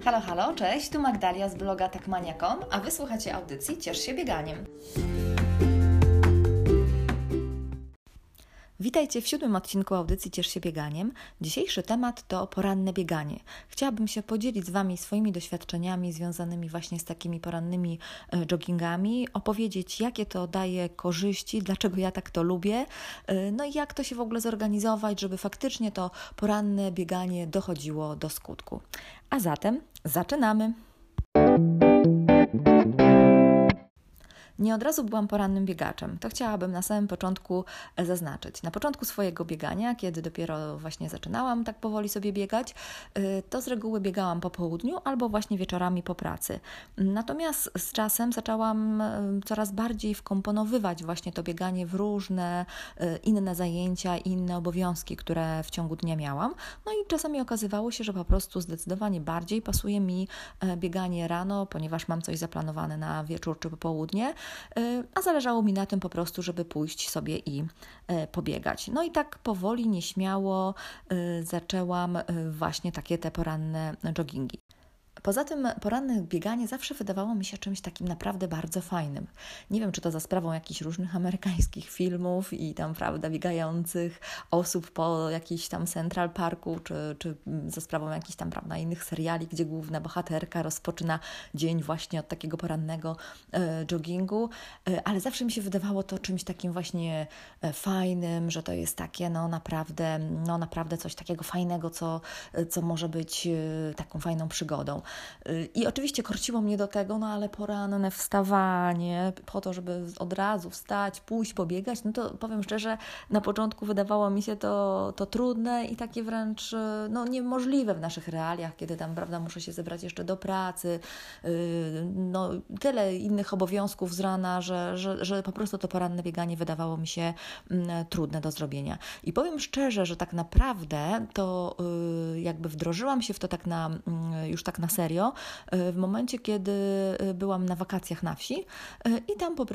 Halo, halo, cześć, tu Magdalia z bloga takmania.com, a Wy słuchacie audycji Ciesz się bieganiem. Witajcie w 7. odcinku audycji Ciesz się bieganiem. Dzisiejszy temat to poranne bieganie. Chciałabym się podzielić z Wami swoimi doświadczeniami związanymi właśnie z takimi porannymi joggingami, opowiedzieć, jakie to daje korzyści, dlaczego ja tak to lubię, no i jak to się w ogóle zorganizować, żeby faktycznie to poranne bieganie dochodziło do skutku. A zatem zaczynamy! Nie od razu byłam porannym biegaczem. To chciałabym na samym początku zaznaczyć. Na początku swojego biegania, kiedy dopiero właśnie zaczynałam tak powoli sobie biegać, to z reguły biegałam po południu albo właśnie wieczorami po pracy. Natomiast z czasem zaczęłam coraz bardziej wkomponowywać właśnie to bieganie w różne inne zajęcia i inne obowiązki, które w ciągu dnia miałam. No i czasami okazywało się, że po prostu zdecydowanie bardziej pasuje mi bieganie rano, ponieważ mam coś zaplanowane na wieczór czy popołudnie, a zależało mi na tym po prostu, żeby pójść sobie i pobiegać. No i tak powoli, nieśmiało zaczęłam właśnie takie te poranne joggingi. Poza tym poranne bieganie zawsze wydawało mi się czymś takim naprawdę bardzo fajnym. Nie wiem, czy to za sprawą jakichś różnych amerykańskich filmów i tam, prawda, biegających osób po jakiejś tam Central Parku, czy za sprawą jakichś tam, prawda, innych seriali, gdzie główna bohaterka rozpoczyna dzień właśnie od takiego porannego joggingu, ale zawsze mi się wydawało to czymś takim właśnie fajnym, że to jest takie no naprawdę coś takiego fajnego, co może być taką fajną przygodą. I oczywiście korciło mnie do tego, no ale poranne wstawanie po to, żeby od razu wstać, pójść, pobiegać, no to powiem szczerze, na początku wydawało mi się to trudne i takie wręcz no, niemożliwe w naszych realiach, kiedy tam, prawda, muszę się zebrać jeszcze do pracy, no tyle innych obowiązków z rana, że po prostu to poranne bieganie wydawało mi się trudne do zrobienia. I powiem szczerze, że tak naprawdę to jakby wdrożyłam się w to już tak na serio, w momencie, kiedy byłam na wakacjach na wsi i tam po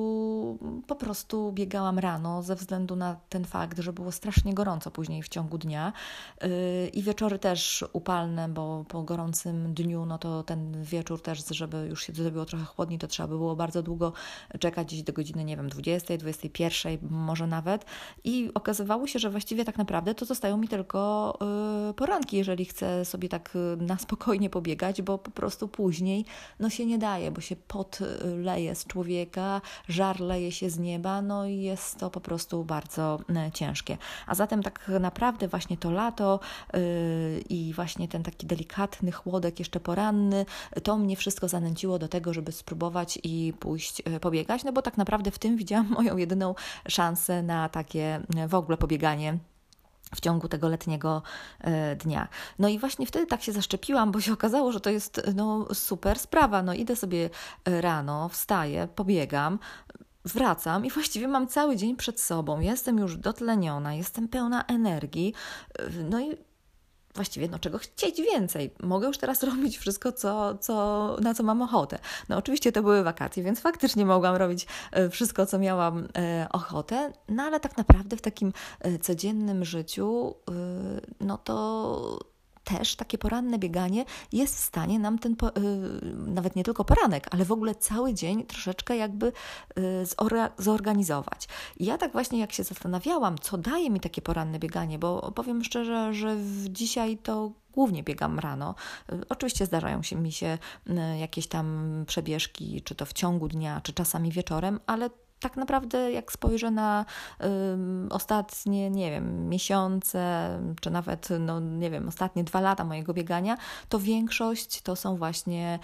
prostu biegałam rano ze względu na ten fakt, że było strasznie gorąco później w ciągu dnia i wieczory też upalne, bo po gorącym dniu, no to ten wieczór też, żeby już się zrobiło trochę chłodniej, to trzeba by było bardzo długo czekać, gdzieś do godziny, nie wiem, 20, 21, może nawet, i okazywało się, że właściwie tak naprawdę to zostają mi tylko poranki, jeżeli chcę sobie tak na spokojnie pobiegać, bo po prostu później no się nie daje, bo się pot leje z człowieka, żar leje się z nieba, no i jest to po prostu bardzo ciężkie. A zatem tak naprawdę właśnie to lato i właśnie ten taki delikatny chłodek jeszcze poranny, to mnie wszystko zanęciło do tego, żeby spróbować i pójść pobiegać, no bo tak naprawdę w tym widziałam moją jedyną szansę na takie w ogóle pobieganie w ciągu tego letniego dnia. No i właśnie wtedy tak się zaszczepiłam, bo się okazało, że to jest super sprawa. No idę sobie rano, wstaję, pobiegam, wracam i właściwie mam cały dzień przed sobą. Jestem już dotleniona, jestem pełna energii. No i właściwie czego chcieć więcej. Mogę już teraz robić wszystko, na co mam ochotę. No oczywiście to były wakacje, więc faktycznie mogłam robić wszystko, co miałam ochotę, no ale tak naprawdę w takim codziennym życiu, no to też takie poranne bieganie jest w stanie nam nawet nie tylko poranek, ale w ogóle cały dzień troszeczkę jakby zorganizować. I ja tak właśnie jak się zastanawiałam, co daje mi takie poranne bieganie, bo powiem szczerze, że dzisiaj to głównie biegam rano. Oczywiście zdarzają mi się jakieś tam przebieżki, czy to w ciągu dnia, czy czasami wieczorem, ale tak naprawdę jak spojrzę na ostatnie, nie wiem, miesiące, czy nawet, nie wiem, ostatnie 2 lata mojego biegania, to większość to są właśnie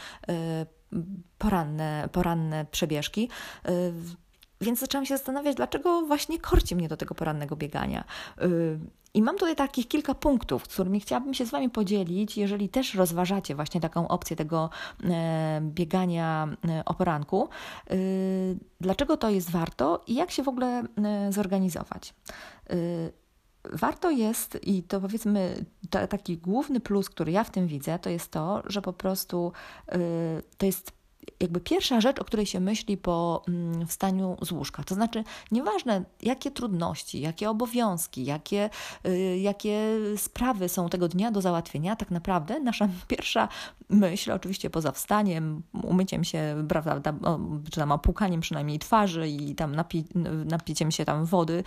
poranne przebieżki. Więc zaczęłam się zastanawiać, dlaczego właśnie korci mnie do tego porannego biegania. I mam tutaj takich kilka punktów, z którymi chciałabym się z Wami podzielić, jeżeli też rozważacie właśnie taką opcję tego biegania o poranku. Dlaczego to jest warto i jak się w ogóle zorganizować? Warto jest, i to powiedzmy taki główny plus, który ja w tym widzę, to jest to, że po prostu to jest jakby pierwsza rzecz, o której się myśli po wstaniu z łóżka. To znaczy, nieważne jakie trudności, jakie obowiązki, jakie sprawy są tego dnia do załatwienia, tak naprawdę nasza pierwsza myśl, oczywiście poza wstaniem, umyciem się, prawda, czy tam opłukaniem przynajmniej twarzy i tam napiciem się tam wody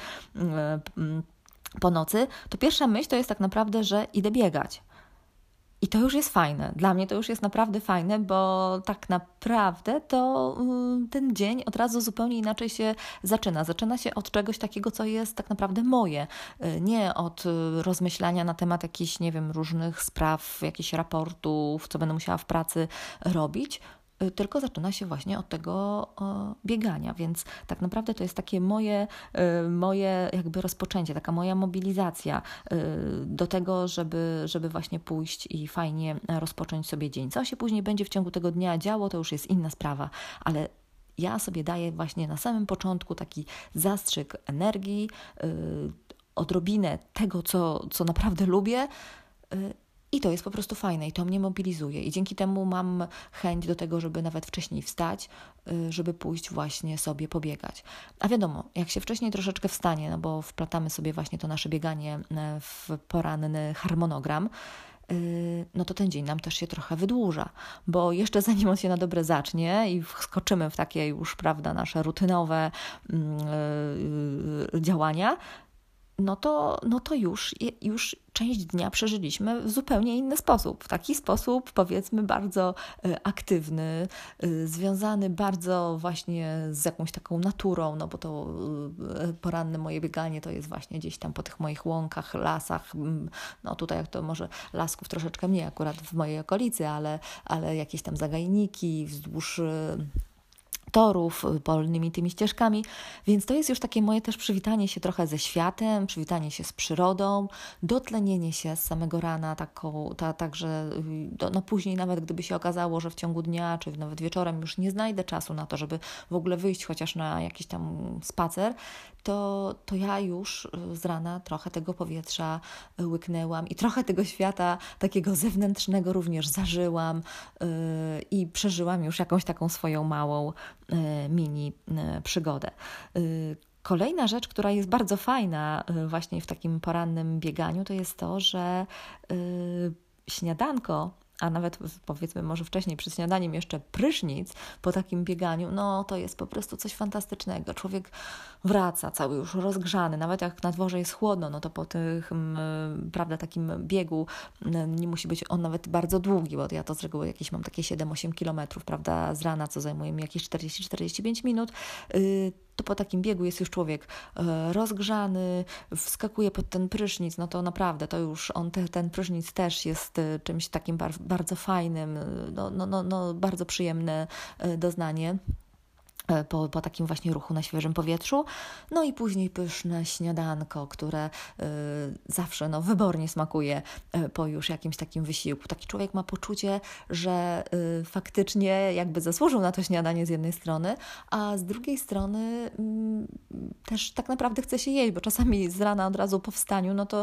po nocy, to pierwsza myśl to jest tak naprawdę, że idę biegać. I to już jest fajne. Dla mnie to już jest naprawdę fajne, bo tak naprawdę to ten dzień od razu zupełnie inaczej się zaczyna. Zaczyna się od czegoś takiego, co jest tak naprawdę moje. Nie od rozmyślania na temat jakichś, nie wiem, różnych spraw, jakichś raportów, co będę musiała w pracy robić, tylko zaczyna się właśnie od tego biegania, więc tak naprawdę to jest takie moje jakby rozpoczęcie, taka moja mobilizacja do tego, żeby właśnie pójść i fajnie rozpocząć sobie dzień. Co się później będzie w ciągu tego dnia działo, to już jest inna sprawa, ale ja sobie daję właśnie na samym początku taki zastrzyk energii, odrobinę tego, co naprawdę lubię, i to jest po prostu fajne i to mnie mobilizuje i dzięki temu mam chęć do tego, żeby nawet wcześniej wstać, żeby pójść właśnie sobie pobiegać. A wiadomo, jak się wcześniej troszeczkę wstanie, no bo wplatamy sobie właśnie to nasze bieganie w poranny harmonogram, no to ten dzień nam też się trochę wydłuża, bo jeszcze zanim on się na dobre zacznie i wskoczymy w takie już, prawda, nasze rutynowe działania, no to już część dnia przeżyliśmy w zupełnie inny sposób. W taki sposób, powiedzmy, bardzo aktywny, związany bardzo właśnie z jakąś taką naturą, no bo to poranne moje bieganie to jest właśnie gdzieś tam po tych moich łąkach, lasach, no tutaj jak to może lasków troszeczkę mniej akurat w mojej okolicy, ale jakieś tam zagajniki wzdłuż torów, polnymi tymi ścieżkami, więc to jest już takie moje też przywitanie się trochę ze światem, przywitanie się z przyrodą, dotlenienie się z samego rana, także no później nawet gdyby się okazało, że w ciągu dnia, czy nawet wieczorem już nie znajdę czasu na to, żeby w ogóle wyjść chociaż na jakiś tam spacer, to ja już z rana trochę tego powietrza łyknęłam i trochę tego świata takiego zewnętrznego również zażyłam i przeżyłam już jakąś taką swoją małą mini przygodę. Kolejna rzecz, która jest bardzo fajna właśnie w takim porannym bieganiu, to jest to, że śniadanko, a nawet powiedzmy może wcześniej przed śniadaniem jeszcze prysznic po takim bieganiu, no to jest po prostu coś fantastycznego. Człowiek wraca cały już rozgrzany, nawet jak na dworze jest chłodno, no to po prawda, takim biegu nie musi być on nawet bardzo długi, bo ja to z reguły jakieś mam takie 7-8 kilometrów, prawda, z rana, co zajmuje mi jakieś 40-45 minut, to po takim biegu jest już człowiek rozgrzany, wskakuje pod ten prysznic, no to naprawdę to już ten prysznic też jest czymś takim bardzo fajnym, no, bardzo przyjemne doznanie. Po takim właśnie ruchu na świeżym powietrzu. No i później pyszne śniadanko, które zawsze wybornie smakuje po już jakimś takim wysiłku. Taki człowiek ma poczucie, że faktycznie jakby zasłużył na to śniadanie z jednej strony, a z drugiej strony też tak naprawdę chce się jeść, bo czasami z rana od razu po wstaniu, to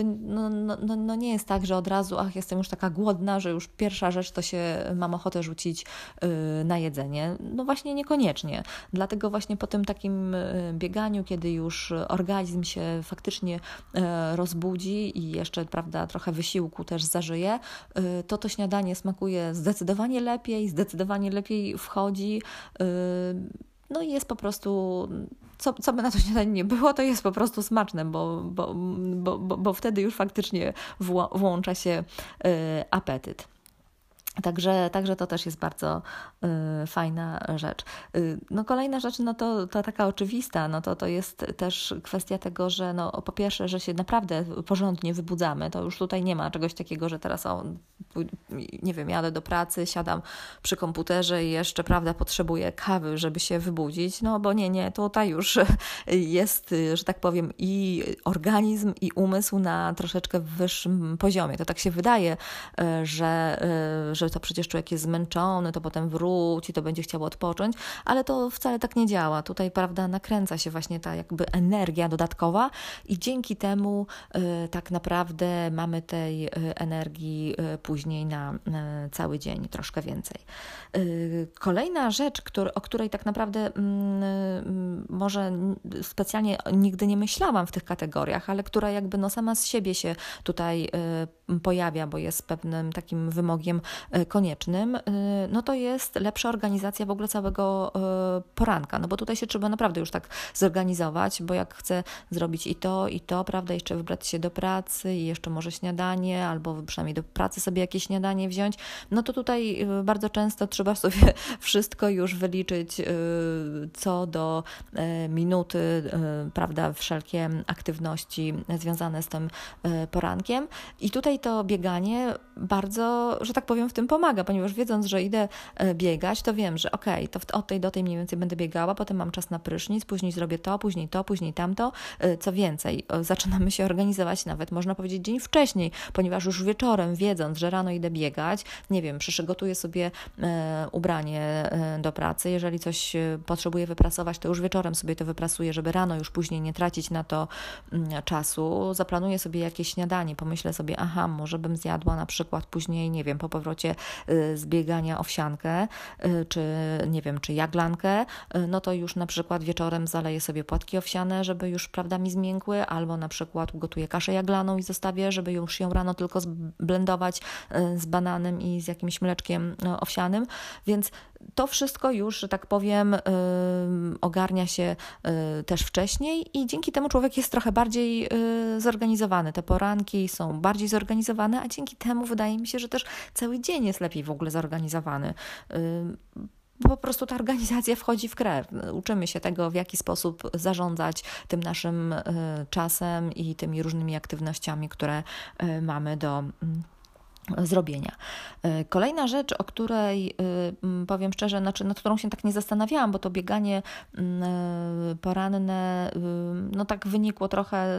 nie jest tak, że od razu jestem już taka głodna, że już pierwsza rzecz to się mam ochotę rzucić na jedzenie. No właśnie niekoniecznie. Dlatego właśnie po tym takim bieganiu, kiedy już organizm się faktycznie rozbudzi i jeszcze, prawda, trochę wysiłku też zażyje, to śniadanie smakuje zdecydowanie lepiej wchodzi. No i jest po prostu, co by na to śniadanie nie było, to jest po prostu smaczne, bo wtedy już faktycznie włącza się apetyt. Także to też jest bardzo fajna rzecz. No kolejna rzecz, to taka oczywista, to jest też kwestia tego, że po pierwsze, że się naprawdę porządnie wybudzamy, to już tutaj nie ma czegoś takiego, że teraz nie wiem, jadę do pracy, siadam przy komputerze i jeszcze, prawda, potrzebuję kawy, żeby się wybudzić, bo nie, tutaj już jest, że tak powiem, i organizm, i umysł na troszeczkę wyższym poziomie. To tak się wydaje, że to przecież człowiek jest zmęczony, to potem wróci, to będzie chciał odpocząć, ale to wcale tak nie działa. Tutaj, prawda, nakręca się właśnie ta jakby energia dodatkowa i dzięki temu tak naprawdę mamy tej energii później później na cały dzień, troszkę więcej. Kolejna rzecz, o której tak naprawdę może specjalnie nigdy nie myślałam w tych kategoriach, ale która jakby sama z siebie się tutaj pojawia, bo jest pewnym takim wymogiem koniecznym, no to jest lepsza organizacja w ogóle całego poranka, no bo tutaj się trzeba naprawdę już tak zorganizować, bo jak chcę zrobić i to, prawda, jeszcze wybrać się do pracy i jeszcze może śniadanie, albo przynajmniej do pracy sobie jakieś śniadanie wziąć, no to tutaj bardzo często trzeba sobie wszystko już wyliczyć co do minuty, prawda, wszelkie aktywności związane z tym porankiem i tutaj to bieganie bardzo, że tak powiem, w tym pomaga, ponieważ wiedząc, że idę biegać, to wiem, że okej, to od tej do tej mniej więcej będę biegała, potem mam czas na prysznic, później zrobię to, później tamto. Co więcej, zaczynamy się organizować nawet, można powiedzieć, dzień wcześniej, ponieważ już wieczorem, wiedząc, że rano idę biegać, nie wiem, przygotuję sobie ubranie do pracy, jeżeli coś potrzebuję wyprasować, to już wieczorem sobie to wyprasuję, żeby rano już później nie tracić na to czasu, zaplanuję sobie jakieś śniadanie, pomyślę sobie, może bym zjadła na przykład później, nie wiem, po powrocie z biegania owsiankę, czy nie wiem, czy jaglankę, no to już na przykład wieczorem zaleję sobie płatki owsiane, żeby już, prawda, mi zmiękły, albo na przykład ugotuję kaszę jaglaną i zostawię, żeby już ją rano tylko zblendować z bananem i z jakimś mleczkiem owsianym, więc to wszystko już, że tak powiem, ogarnia się też wcześniej i dzięki temu człowiek jest trochę bardziej zorganizowany. Te poranki są bardziej zorganizowane, a dzięki temu wydaje mi się, że też cały dzień jest lepiej w ogóle zorganizowany. Po prostu ta organizacja wchodzi w krew. Uczymy się tego, w jaki sposób zarządzać tym naszym czasem i tymi różnymi aktywnościami, które mamy do zrobienia. Kolejna rzecz, o której powiem szczerze, nad którą się tak nie zastanawiałam, bo to bieganie poranne no tak wynikło trochę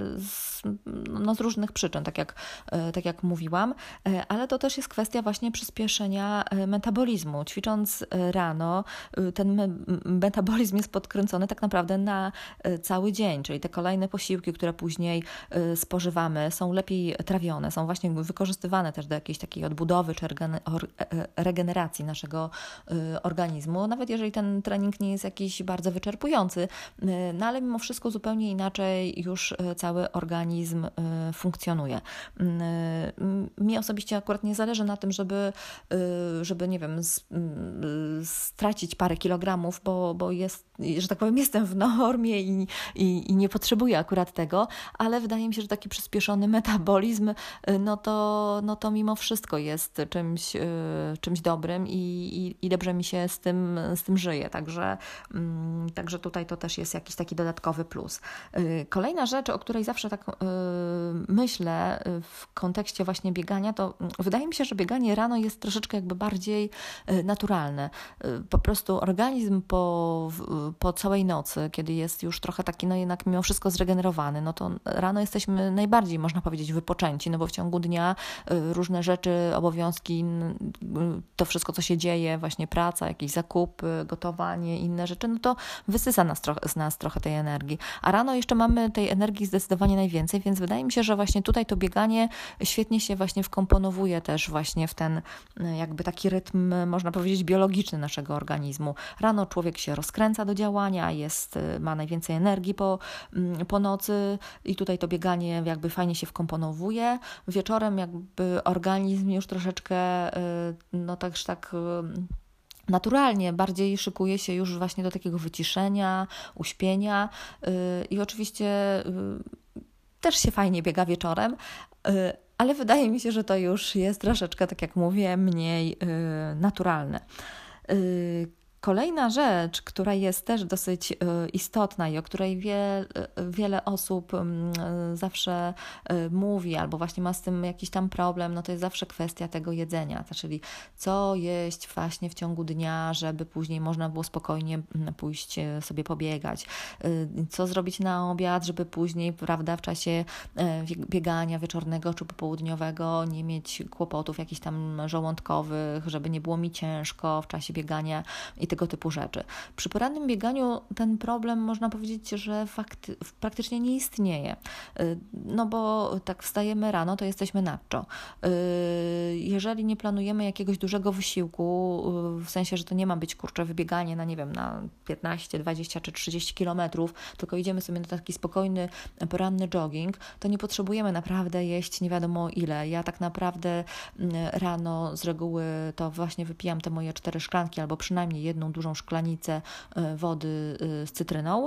z różnych przyczyn, tak jak mówiłam, ale to też jest kwestia właśnie przyspieszenia metabolizmu. Ćwicząc rano, ten metabolizm jest podkręcony tak naprawdę na cały dzień, czyli te kolejne posiłki, które później spożywamy, są lepiej trawione, są właśnie wykorzystywane też do jakiejś takiej odbudowy czy regeneracji naszego organizmu, nawet jeżeli ten trening nie jest jakiś bardzo wyczerpujący, no ale mimo wszystko zupełnie inaczej już cały organizm funkcjonuje. Mi osobiście akurat nie zależy na tym, żeby nie wiem, stracić parę kilogramów, bo jest, że tak powiem, jestem w normie i nie potrzebuję akurat tego, ale wydaje mi się, że taki przyspieszony metabolizm, no to mimo wszystko jest czymś dobrym i dobrze mi się z tym żyje, także tutaj to też jest jakiś taki dodatkowy plus. Kolejna rzecz, o której zawsze tak myślę w kontekście właśnie biegania, to wydaje mi się, że bieganie rano jest troszeczkę jakby bardziej naturalne. Po prostu organizm po całej nocy, kiedy jest już trochę taki, no jednak mimo wszystko zregenerowany, no to rano jesteśmy najbardziej, można powiedzieć, wypoczęci, no bo w ciągu dnia różne rzeczy, obowiązki, to wszystko, co się dzieje, właśnie praca, jakieś zakupy, gotowanie, inne rzeczy, no to wysysa z nas trochę tej energii. A rano jeszcze mamy tej energii zdecydowanie najwięcej, więc wydaje mi się, że właśnie tutaj to bieganie świetnie się właśnie wkomponowuje też właśnie w ten jakby taki rytm, można powiedzieć, biologiczny naszego organizmu. Rano człowiek się rozkręca do działania, ma najwięcej energii po nocy i tutaj to bieganie jakby fajnie się wkomponowuje. Wieczorem jakby organizm już troszeczkę no tak naturalnie bardziej szykuje się już właśnie do takiego wyciszenia, uśpienia i oczywiście też się fajnie biega wieczorem, ale wydaje mi się, że to już jest troszeczkę, tak jak mówię, mniej naturalne. Kolejna rzecz, która jest też dosyć istotna i o której wiele osób zawsze mówi albo właśnie ma z tym jakiś tam problem, no to jest zawsze kwestia tego jedzenia, czyli co jeść właśnie w ciągu dnia, żeby później można było spokojnie pójść sobie pobiegać, co zrobić na obiad, żeby później, prawda, w czasie biegania wieczornego czy popołudniowego nie mieć kłopotów jakichś tam żołądkowych, żeby nie było mi ciężko w czasie biegania i tego typu rzeczy. Przy porannym bieganiu ten problem można powiedzieć, że praktycznie nie istnieje. No bo tak wstajemy rano, to jesteśmy nadczo. Jeżeli nie planujemy jakiegoś dużego wysiłku, w sensie, że to nie ma być wybieganie na, nie wiem, na 15, 20 czy 30 kilometrów, tylko idziemy sobie na taki spokojny, poranny jogging, to nie potrzebujemy naprawdę jeść nie wiadomo ile. Ja tak naprawdę rano z reguły to właśnie wypijam te moje 4 szklanki, albo przynajmniej jedną dużą szklanicę wody z cytryną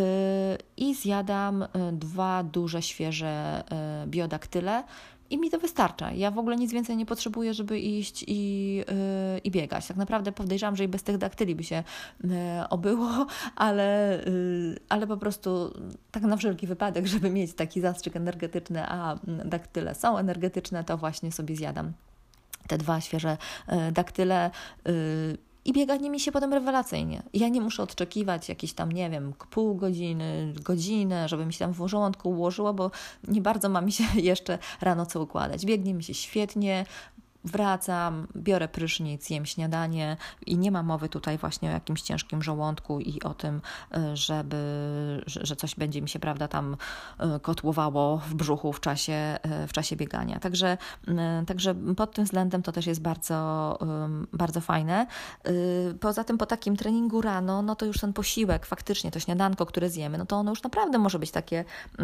i zjadam 2 duże, świeże biodaktyle. I mi to wystarcza. Ja w ogóle nic więcej nie potrzebuję, żeby iść i biegać. Tak naprawdę podejrzewam, że i bez tych daktyli by się obyło, ale po prostu tak na wszelki wypadek, żeby mieć taki zastrzyk energetyczny, a daktyle są energetyczne, to właśnie sobie zjadam te 2 świeże daktyle. I bieganie mi się potem rewelacyjnie. Ja nie muszę odczekiwać jakieś tam, nie wiem, pół godziny, godzinę, żeby mi się tam w żołądku ułożyło, bo nie bardzo ma mi się jeszcze rano co układać. Biegnie mi się świetnie, wracam, biorę prysznic, jem śniadanie i nie ma mowy tutaj właśnie o jakimś ciężkim żołądku i o tym, że coś będzie mi się, prawda, tam kotłowało w brzuchu w czasie biegania. Także pod tym względem to też jest bardzo, bardzo fajne. Poza tym po takim treningu rano, no to już ten posiłek, faktycznie to śniadanko, które zjemy, no to ono już naprawdę może być takie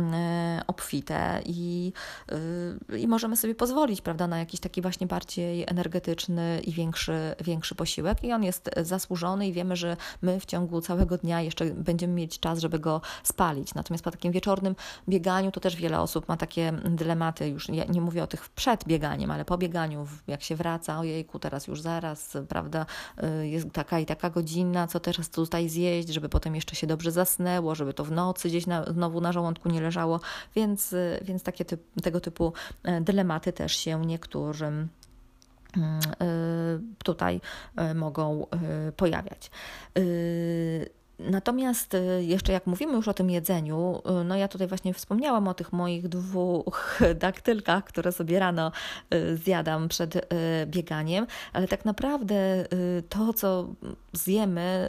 obfite i możemy sobie pozwolić, prawda, na jakiś taki właśnie bardziej energetyczny i większy posiłek i on jest zasłużony i wiemy, że my w ciągu całego dnia jeszcze będziemy mieć czas, żeby go spalić. Natomiast po takim wieczornym bieganiu to też wiele osób ma takie dylematy, już ja nie mówię o tych przed bieganiem, ale po bieganiu, jak się wraca, ojejku, teraz już zaraz, prawda, jest taka i taka godzina, co teraz tutaj zjeść, żeby potem jeszcze się dobrze zasnęło, żeby to w nocy gdzieś znowu na żołądku nie leżało, więc tego typu dylematy też się niektórym tutaj mogą pojawiać. Natomiast jeszcze jak mówimy już o tym jedzeniu, no ja tutaj właśnie wspomniałam o tych moich 2 daktylkach, które sobie rano zjadam przed bieganiem, ale tak naprawdę to, co zjemy,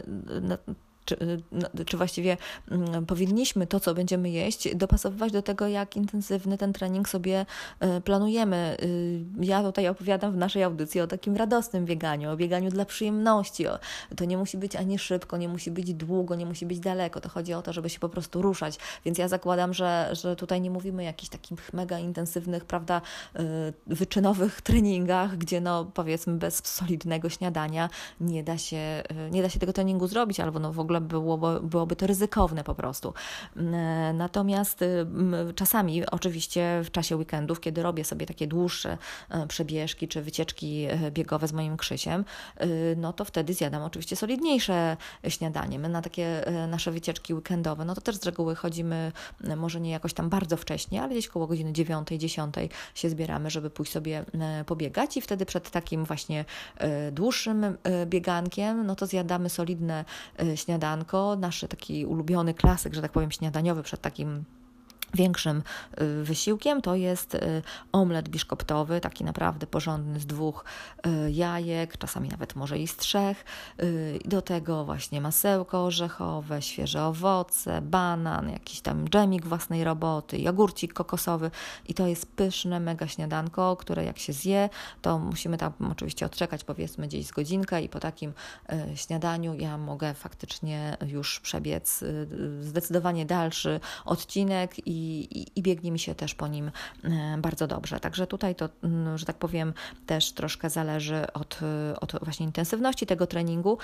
czy właściwie powinniśmy to, co będziemy jeść, dopasowywać do tego, jak intensywny ten trening sobie planujemy. Ja tutaj opowiadam w naszej audycji o takim radosnym bieganiu, o bieganiu dla przyjemności. To nie musi być ani szybko, nie musi być długo, nie musi być daleko. To chodzi o to, żeby się po prostu ruszać. Więc ja zakładam, że tutaj nie mówimy o jakichś takich mega intensywnych, prawda, wyczynowych treningach, gdzie no powiedzmy bez solidnego śniadania nie da się tego treningu zrobić, albo no w ogóle byłoby to ryzykowne po prostu. Natomiast czasami oczywiście w czasie weekendów, kiedy robię sobie takie dłuższe przebieżki czy wycieczki biegowe z moim Krzysiem, no to wtedy zjadam oczywiście solidniejsze śniadanie. My na takie nasze wycieczki weekendowe, no to też z reguły chodzimy może nie jakoś tam bardzo wcześnie, ale gdzieś koło godziny 9, 10 się zbieramy, żeby pójść sobie pobiegać i wtedy przed takim właśnie dłuższym biegankiem, no to zjadamy solidne śniadanko, nasz taki ulubiony klasyk, że tak powiem, śniadaniowy przed takim większym wysiłkiem, to jest omlet biszkoptowy, taki naprawdę porządny z 2 jajek, czasami nawet może i z 3. Do tego właśnie masełko orzechowe, świeże owoce, banan, jakiś tam dżemik własnej roboty, jogurcik kokosowy i to jest pyszne, mega śniadanko, które jak się zje, to musimy tam oczywiście odczekać powiedzmy gdzieś z godzinkę i po takim śniadaniu ja mogę faktycznie już przebiec zdecydowanie dalszy odcinek i biegnie mi się też po nim bardzo dobrze. Także tutaj to, że tak powiem, też troszkę zależy od właśnie intensywności tego treningu.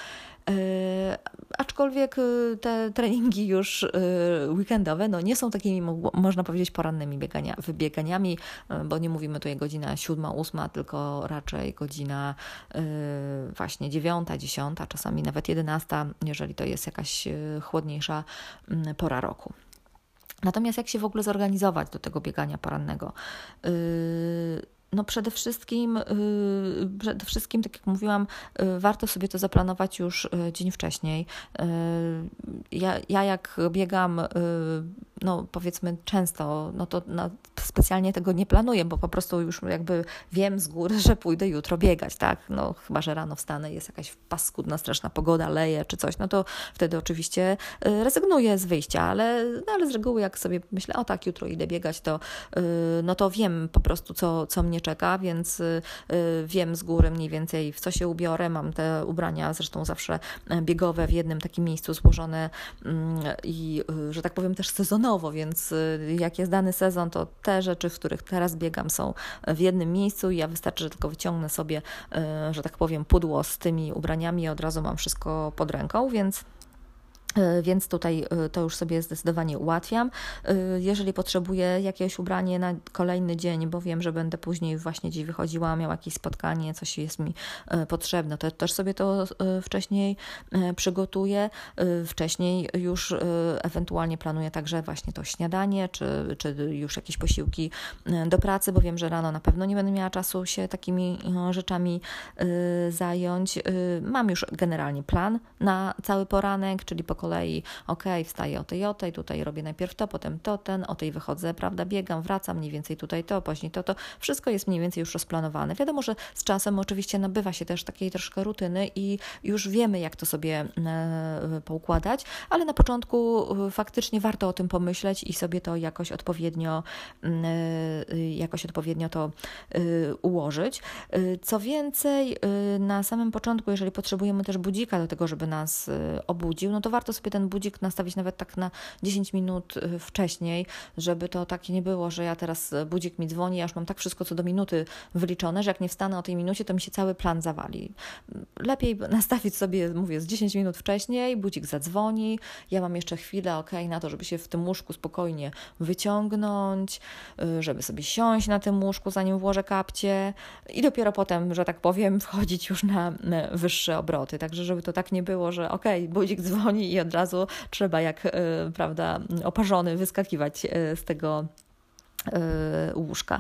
Aczkolwiek te treningi już weekendowe no nie są takimi, można powiedzieć, porannymi wybieganiami, bo nie mówimy tutaj godzina 7, 8, tylko raczej godzina właśnie 9, 10, czasami nawet 11, jeżeli to jest jakaś chłodniejsza pora roku. Natomiast jak się w ogóle zorganizować do tego biegania porannego? No przede wszystkim, tak jak mówiłam, warto sobie to zaplanować już dzień wcześniej. Ja jak biegam, no powiedzmy często, no to specjalnie tego nie planuję, bo po prostu już jakby wiem z góry, że pójdę jutro biegać, tak? No chyba, że rano wstanę, jest jakaś paskudna, straszna pogoda, leje czy coś, no to wtedy oczywiście rezygnuję z wyjścia, ale z reguły jak sobie myślę, o tak, jutro idę biegać, to no to wiem po prostu, co mnie czeka, więc wiem z góry mniej więcej, w co się ubiorę. Mam te ubrania zresztą zawsze biegowe w jednym takim miejscu złożone i, że tak powiem, też sezonowo, więc jak jest dany sezon, to te rzeczy, w których teraz biegam, są w jednym miejscu i ja wystarczy, że tylko wyciągnę sobie, że tak powiem, pudło z tymi ubraniami i od razu mam wszystko pod ręką, więc tutaj to już sobie zdecydowanie ułatwiam. Jeżeli potrzebuję jakieś ubranie na kolejny dzień, bo wiem, że będę później właśnie gdzieś wychodziła, miała jakieś spotkanie, coś jest mi potrzebne, to też sobie to wcześniej przygotuję. Wcześniej już ewentualnie planuję także właśnie to śniadanie, czy już jakieś posiłki do pracy, bo wiem, że rano na pewno nie będę miała czasu się takimi rzeczami zająć. Mam już generalnie plan na cały poranek, czyli po kolei, wstaję o tej, tutaj robię najpierw to, potem to, o tej wychodzę, prawda, biegam, wracam, mniej więcej tutaj to, później to. Wszystko jest mniej więcej już rozplanowane. Wiadomo, że z czasem oczywiście nabywa się też takiej troszkę rutyny i już wiemy, jak to sobie poukładać, ale na początku faktycznie warto o tym pomyśleć i sobie to jakoś odpowiednio to ułożyć. Co więcej, na samym początku, jeżeli potrzebujemy też budzika do tego, żeby nas obudził, no to warto sobie ten budzik nastawić nawet tak na 10 minut wcześniej, żeby to takie nie było, że ja teraz budzik mi dzwoni, ja już mam tak wszystko co do minuty wyliczone, że jak nie wstanę o tej minucie, to mi się cały plan zawali. Lepiej nastawić sobie, mówię, z 10 minut wcześniej, budzik zadzwoni, ja mam jeszcze chwilę, na to, żeby się w tym łóżku spokojnie wyciągnąć, żeby sobie siąść na tym łóżku, zanim włożę kapcie i dopiero potem, że tak powiem, wchodzić już na wyższe obroty. Także żeby to tak nie było, że budzik dzwoni i od razu trzeba jak, prawda, oparzony wyskakiwać z tego łóżka.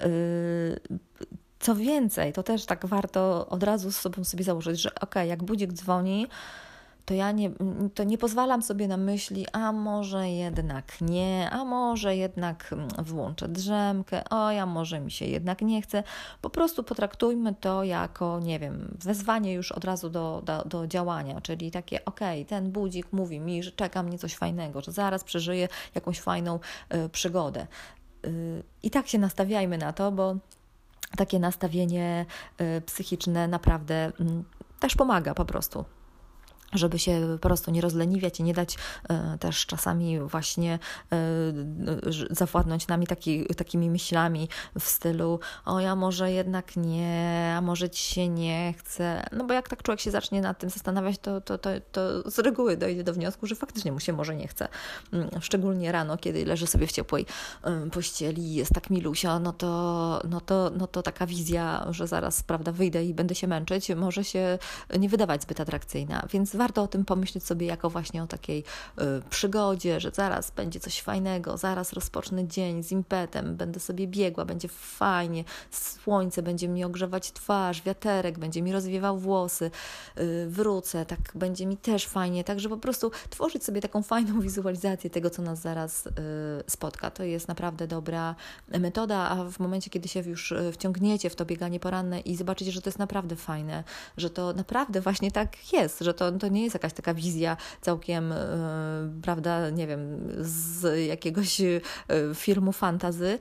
Co więcej, to też tak warto od razu z sobą sobie założyć, że jak budzik dzwoni, to nie pozwalam sobie na myśli, a może jednak nie, a może jednak włączę drzemkę, a może mi się jednak nie chce. Po prostu potraktujmy to jako, nie wiem, wezwanie już od razu do działania, czyli takie, ten budzik mówi mi, że czeka mnie coś fajnego, że zaraz przeżyję jakąś fajną przygodę. I tak się nastawiajmy na to, bo takie nastawienie psychiczne naprawdę też pomaga po prostu, żeby się po prostu nie rozleniwiać i nie dać też czasami właśnie zawładnąć nami takimi myślami w stylu ja może jednak nie, a może ci się nie chce. No bo jak tak człowiek się zacznie nad tym zastanawiać, to z reguły dojdzie do wniosku, że faktycznie mu się może nie chce. Szczególnie rano, kiedy leży sobie w ciepłej pościeli i jest tak milusio, no to taka wizja, że zaraz, prawda, wyjdę i będę się męczyć, może się nie wydawać zbyt atrakcyjna, więc warto o tym pomyśleć sobie jako właśnie o takiej przygodzie, że zaraz będzie coś fajnego, zaraz rozpocznę dzień z impetem, będę sobie biegła, będzie fajnie, słońce będzie mi ogrzewać twarz, wiaterek będzie mi rozwiewał włosy, wrócę, tak będzie mi też fajnie, także po prostu tworzyć sobie taką fajną wizualizację tego, co nas zaraz spotka. To jest naprawdę dobra metoda, a w momencie, kiedy się już wciągniecie w to bieganie poranne i zobaczycie, że to jest naprawdę fajne, że to naprawdę właśnie tak jest, że to nie jest jakaś taka wizja całkiem, prawda, nie wiem, z jakiegoś filmu fantasy,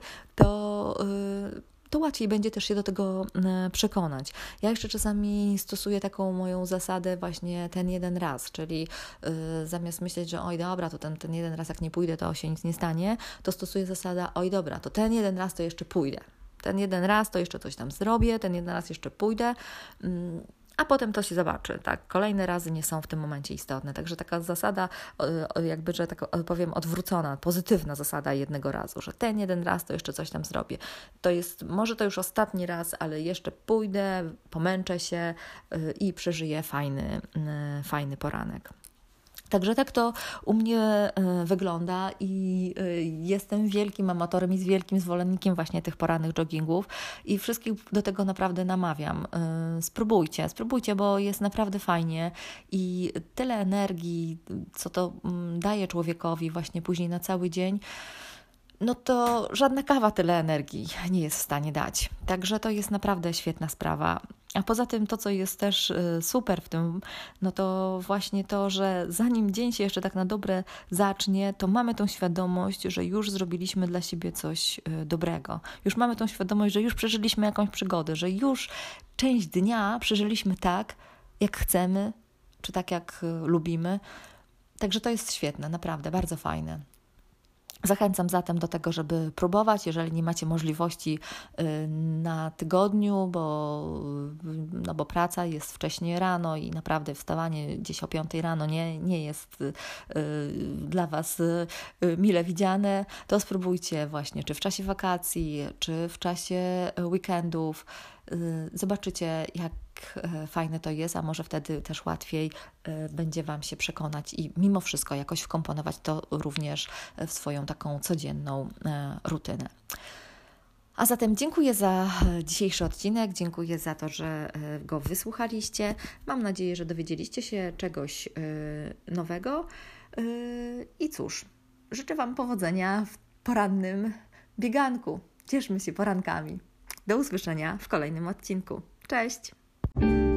to łatwiej będzie też się do tego przekonać. Ja jeszcze czasami stosuję taką moją zasadę właśnie ten jeden raz, czyli zamiast myśleć, że oj dobra, to ten jeden raz jak nie pójdę, to się nic nie stanie, to stosuję zasadę, oj dobra, to ten jeden raz to jeszcze pójdę. Ten jeden raz to jeszcze coś tam zrobię, ten jeden raz jeszcze pójdę, a potem to się zobaczy, tak? Kolejne razy nie są w tym momencie istotne. Także taka zasada, jakby, że tak powiem, odwrócona, pozytywna zasada jednego razu, że ten jeden raz to jeszcze coś tam zrobię. To jest, może to już ostatni raz, ale jeszcze pójdę, pomęczę się i przeżyję fajny poranek. Także tak to u mnie wygląda i jestem wielkim amatorem i z wielkim zwolennikiem właśnie tych porannych joggingów i wszystkich do tego naprawdę namawiam. Spróbujcie, bo jest naprawdę fajnie i tyle energii, co to daje człowiekowi właśnie później na cały dzień, no to żadna kawa tyle energii nie jest w stanie dać. Także to jest naprawdę świetna sprawa. A poza tym to, co jest też super w tym, no to właśnie to, że zanim dzień się jeszcze tak na dobre zacznie, to mamy tą świadomość, że już zrobiliśmy dla siebie coś dobrego. Już mamy tą świadomość, że już przeżyliśmy jakąś przygodę, że już część dnia przeżyliśmy tak, jak chcemy, czy tak, jak lubimy. Także to jest świetne, naprawdę, bardzo fajne. Zachęcam zatem do tego, żeby próbować, jeżeli nie macie możliwości na tygodniu, bo praca jest wcześniej rano i naprawdę wstawanie gdzieś o 5 rano nie jest dla Was mile widziane, to spróbujcie właśnie, czy w czasie wakacji, czy w czasie weekendów. Zobaczycie, jak fajne to jest, a może wtedy też łatwiej będzie Wam się przekonać i mimo wszystko jakoś wkomponować to również w swoją taką codzienną rutynę. A zatem dziękuję za dzisiejszy odcinek, dziękuję za to, że go wysłuchaliście. Mam nadzieję, że dowiedzieliście się czegoś nowego i cóż, życzę Wam powodzenia w porannym bieganku. Cieszmy się porankami. Do usłyszenia w kolejnym odcinku. Cześć!